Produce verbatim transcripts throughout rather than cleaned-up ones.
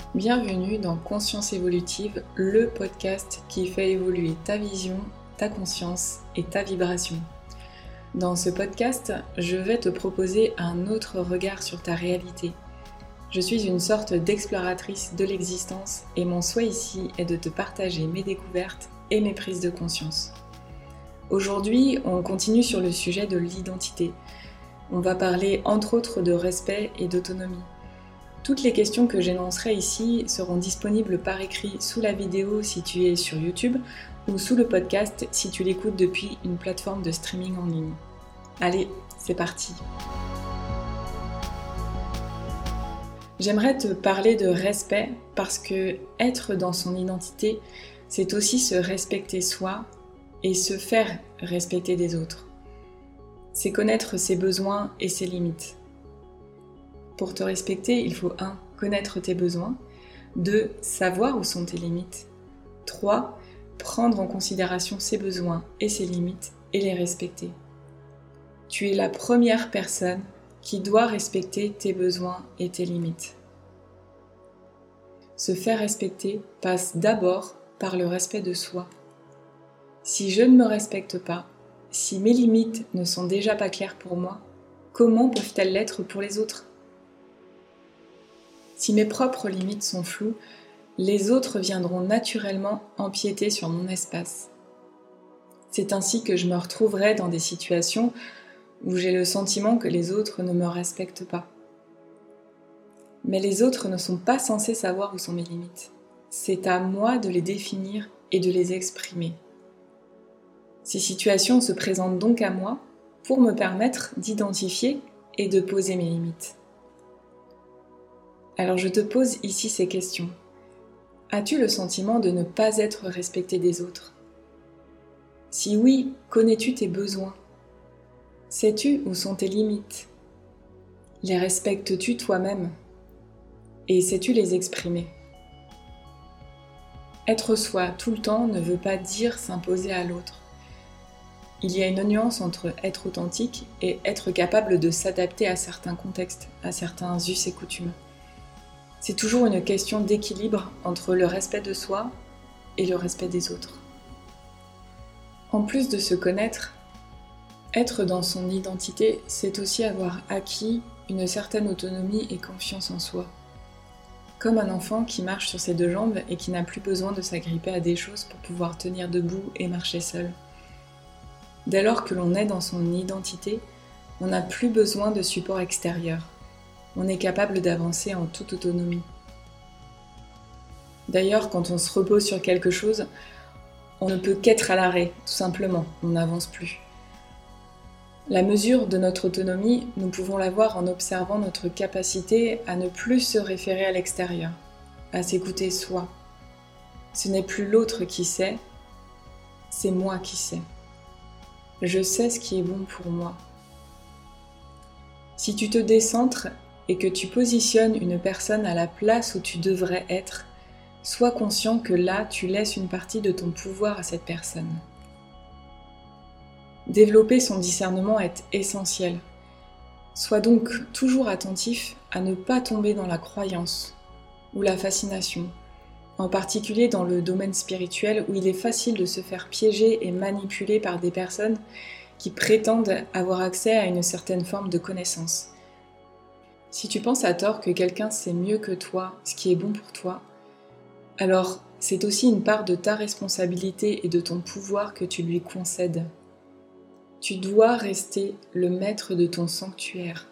Bienvenue dans Conscience évolutive, le podcast qui fait évoluer ta vision, ta conscience et ta vibration. Dans ce podcast, je vais te proposer un autre regard sur ta réalité. Je suis une sorte d'exploratrice de l'existence et mon souhait ici est de te partager mes découvertes et mes prises de conscience. Aujourd'hui, on continue sur le sujet de l'identité. On va parler entre autres de respect et d'autonomie. Toutes les questions que j'énoncerai ici seront disponibles par écrit sous la vidéo si tu es sur YouTube ou sous le podcast si tu l'écoutes depuis une plateforme de streaming en ligne. Allez, c'est parti! J'aimerais te parler de respect parce que être dans son identité, c'est aussi se respecter soi et se faire respecter des autres. C'est connaître ses besoins et ses limites. Pour te respecter, il faut un connaître tes besoins, deux savoir où sont tes limites, trois prendre en considération ses besoins et ses limites et les respecter. Tu es la première personne qui doit respecter tes besoins et tes limites. Se faire respecter passe d'abord par le respect de soi. Si je ne me respecte pas, si mes limites ne sont déjà pas claires pour moi, comment peuvent-elles l'être pour les autres ? Si mes propres limites sont floues, les autres viendront naturellement empiéter sur mon espace. C'est ainsi que je me retrouverai dans des situations où j'ai le sentiment que les autres ne me respectent pas. Mais les autres ne sont pas censés savoir où sont mes limites. C'est à moi de les définir et de les exprimer. Ces situations se présentent donc à moi pour me permettre d'identifier et de poser mes limites. Alors je te pose ici ces questions. As-tu le sentiment de ne pas être respecté des autres ? Si oui, connais-tu tes besoins ? Sais-tu où sont tes limites ? Les respectes-tu toi-même ? Et sais-tu les exprimer ? Être soi tout le temps ne veut pas dire s'imposer à l'autre. Il y a une nuance entre être authentique et être capable de s'adapter à certains contextes, à certains us et coutumes. C'est toujours une question d'équilibre entre le respect de soi et le respect des autres. En plus de se connaître, être dans son identité, c'est aussi avoir acquis une certaine autonomie et confiance en soi. Comme un enfant qui marche sur ses deux jambes et qui n'a plus besoin de s'agripper à des choses pour pouvoir tenir debout et marcher seul. Dès lors que l'on est dans son identité, on n'a plus besoin de support extérieur. On est capable d'avancer en toute autonomie. D'ailleurs, quand on se repose sur quelque chose, on ne peut qu'être à l'arrêt, tout simplement, on n'avance plus. La mesure de notre autonomie, nous pouvons l'avoir en observant notre capacité à ne plus se référer à l'extérieur, à s'écouter soi. Ce n'est plus l'autre qui sait, c'est moi qui sais. Je sais ce qui est bon pour moi. Si tu te décentres et que tu positionnes une personne à la place où tu devrais être, sois conscient que là, tu laisses une partie de ton pouvoir à cette personne. Développer son discernement est essentiel. Sois donc toujours attentif à ne pas tomber dans la croyance ou la fascination, en particulier dans le domaine spirituel où il est facile de se faire piéger et manipuler par des personnes qui prétendent avoir accès à une certaine forme de connaissance. Si tu penses à tort que quelqu'un sait mieux que toi ce qui est bon pour toi, alors c'est aussi une part de ta responsabilité et de ton pouvoir que tu lui concèdes. Tu dois rester le maître de ton sanctuaire.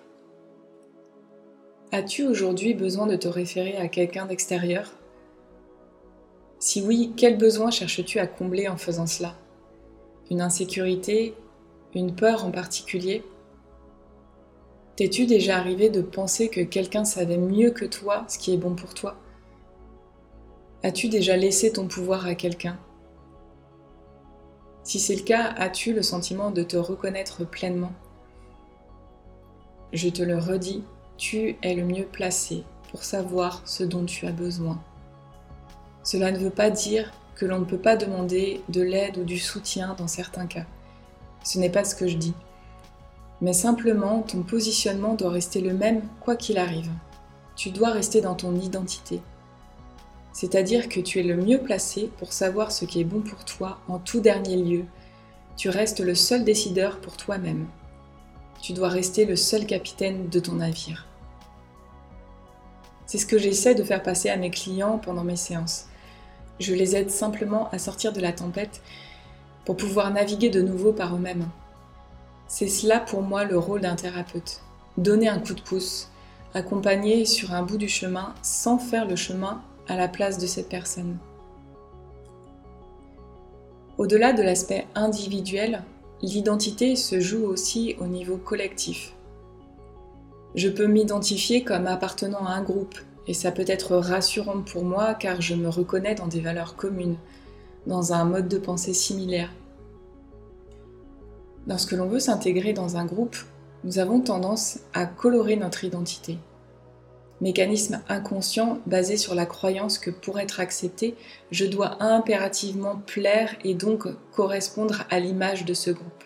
As-tu aujourd'hui besoin de te référer à quelqu'un d'extérieur ? Si oui, quel besoin cherches-tu à combler en faisant cela ? Une insécurité ? Une peur en particulier ? T'es-tu déjà arrivé de penser que quelqu'un savait mieux que toi ce qui est bon pour toi ? As-tu déjà laissé ton pouvoir à quelqu'un ? Si c'est le cas, as-tu le sentiment de te reconnaître pleinement ? Je te le redis, tu es le mieux placé pour savoir ce dont tu as besoin. Cela ne veut pas dire que l'on ne peut pas demander de l'aide ou du soutien dans certains cas. Ce n'est pas ce que je dis. Mais simplement, ton positionnement doit rester le même quoi qu'il arrive. Tu dois rester dans ton identité. C'est-à-dire que tu es le mieux placé pour savoir ce qui est bon pour toi en tout dernier lieu. Tu restes le seul décideur pour toi-même. Tu dois rester le seul capitaine de ton navire. C'est ce que j'essaie de faire passer à mes clients pendant mes séances. Je les aide simplement à sortir de la tempête pour pouvoir naviguer de nouveau par eux-mêmes. C'est cela pour moi le rôle d'un thérapeute. Donner un coup de pouce, accompagner sur un bout du chemin sans faire le chemin à la place de cette personne. Au-delà de l'aspect individuel, l'identité se joue aussi au niveau collectif. Je peux m'identifier comme appartenant à un groupe, et ça peut être rassurant pour moi car je me reconnais dans des valeurs communes, dans un mode de pensée similaire. Lorsque l'on veut s'intégrer dans un groupe, nous avons tendance à colorer notre identité. Mécanisme inconscient basé sur la croyance que pour être accepté, je dois impérativement plaire et donc correspondre à l'image de ce groupe.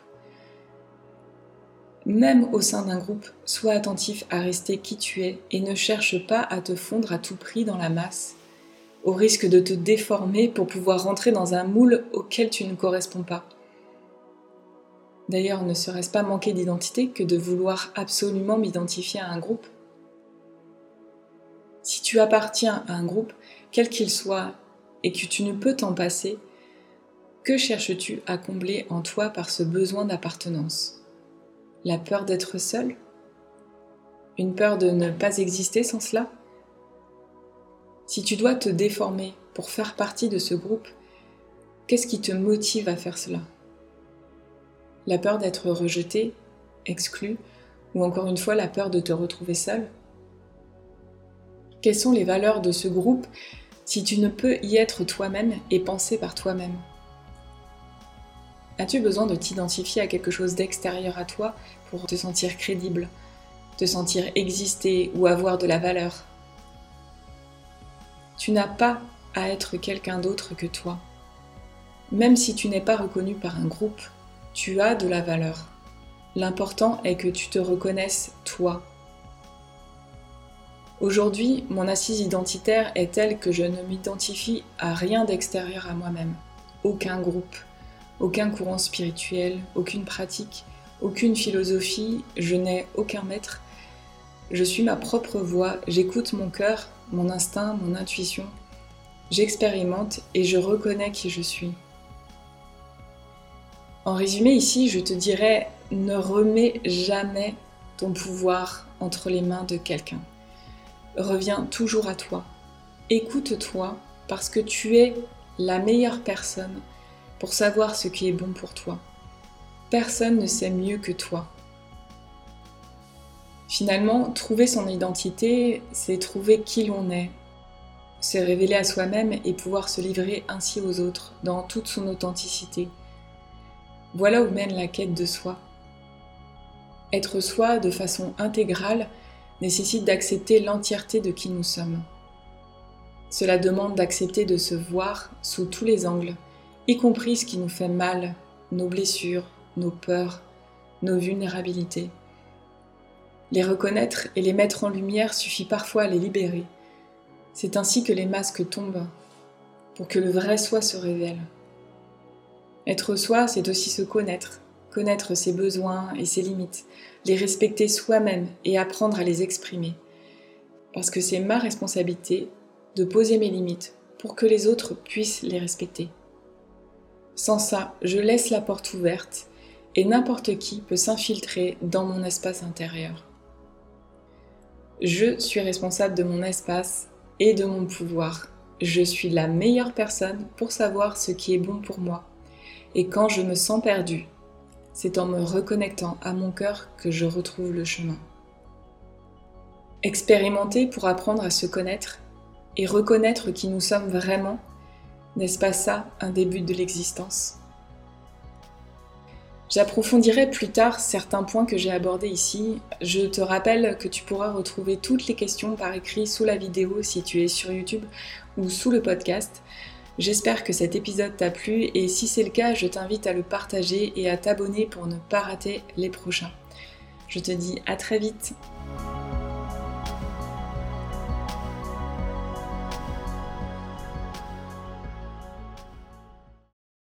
Même au sein d'un groupe, sois attentif à rester qui tu es et ne cherche pas à te fondre à tout prix dans la masse, au risque de te déformer pour pouvoir rentrer dans un moule auquel tu ne corresponds pas. D'ailleurs, ne serait-ce pas manquer d'identité que de vouloir absolument m'identifier à un groupe ? Si tu appartiens à un groupe, quel qu'il soit, et que tu ne peux t'en passer, que cherches-tu à combler en toi par ce besoin d'appartenance ? La peur d'être seul ? Une peur de ne pas exister sans cela ? Si tu dois te déformer pour faire partie de ce groupe, qu'est-ce qui te motive à faire cela ? La peur d'être rejeté, exclu, ou encore une fois la peur de te retrouver seul ? Quelles sont les valeurs de ce groupe si tu ne peux y être toi-même et penser par toi-même ? As-tu besoin de t'identifier à quelque chose d'extérieur à toi pour te sentir crédible, te sentir exister ou avoir de la valeur ? Tu n'as pas à être quelqu'un d'autre que toi. Même si tu n'es pas reconnu par un groupe, tu as de la valeur. L'important est que tu te reconnaisses toi. Aujourd'hui, mon assise identitaire est telle que je ne m'identifie à rien d'extérieur à moi-même. Aucun groupe, aucun courant spirituel, aucune pratique, aucune philosophie, je n'ai aucun maître. Je suis ma propre voix, j'écoute mon cœur, mon instinct, mon intuition. J'expérimente et je reconnais qui je suis. En résumé ici, je te dirais, ne remets jamais ton pouvoir entre les mains de quelqu'un. Reviens toujours à toi. Écoute-toi parce que tu es la meilleure personne pour savoir ce qui est bon pour toi. Personne ne sait mieux que toi. Finalement, trouver son identité, c'est trouver qui l'on est, se révéler à soi-même et pouvoir se livrer ainsi aux autres dans toute son authenticité. Voilà où mène la quête de soi. Être soi de façon intégrale nécessite d'accepter l'entièreté de qui nous sommes. Cela demande d'accepter de se voir sous tous les angles, y compris ce qui nous fait mal, nos blessures, nos peurs, nos vulnérabilités. Les reconnaître et les mettre en lumière suffit parfois à les libérer. C'est ainsi que les masques tombent, pour que le vrai soi se révèle. Être soi, c'est aussi se connaître, connaître ses besoins et ses limites, les respecter soi-même et apprendre à les exprimer. Parce que c'est ma responsabilité de poser mes limites pour que les autres puissent les respecter. Sans ça, je laisse la porte ouverte et n'importe qui peut s'infiltrer dans mon espace intérieur. Je suis responsable de mon espace et de mon pouvoir. Je suis la meilleure personne pour savoir ce qui est bon pour moi. Et quand je me sens perdue, c'est en me reconnectant à mon cœur que je retrouve le chemin. Expérimenter pour apprendre à se connaître et reconnaître qui nous sommes vraiment, n'est-ce pas ça un début de l'existence ? J'approfondirai plus tard certains points que j'ai abordés ici. Je te rappelle que tu pourras retrouver toutes les questions par écrit sous la vidéo si tu es sur YouTube ou sous le podcast. J'espère que cet épisode t'a plu et si c'est le cas, je t'invite à le partager et à t'abonner pour ne pas rater les prochains. Je te dis à très vite.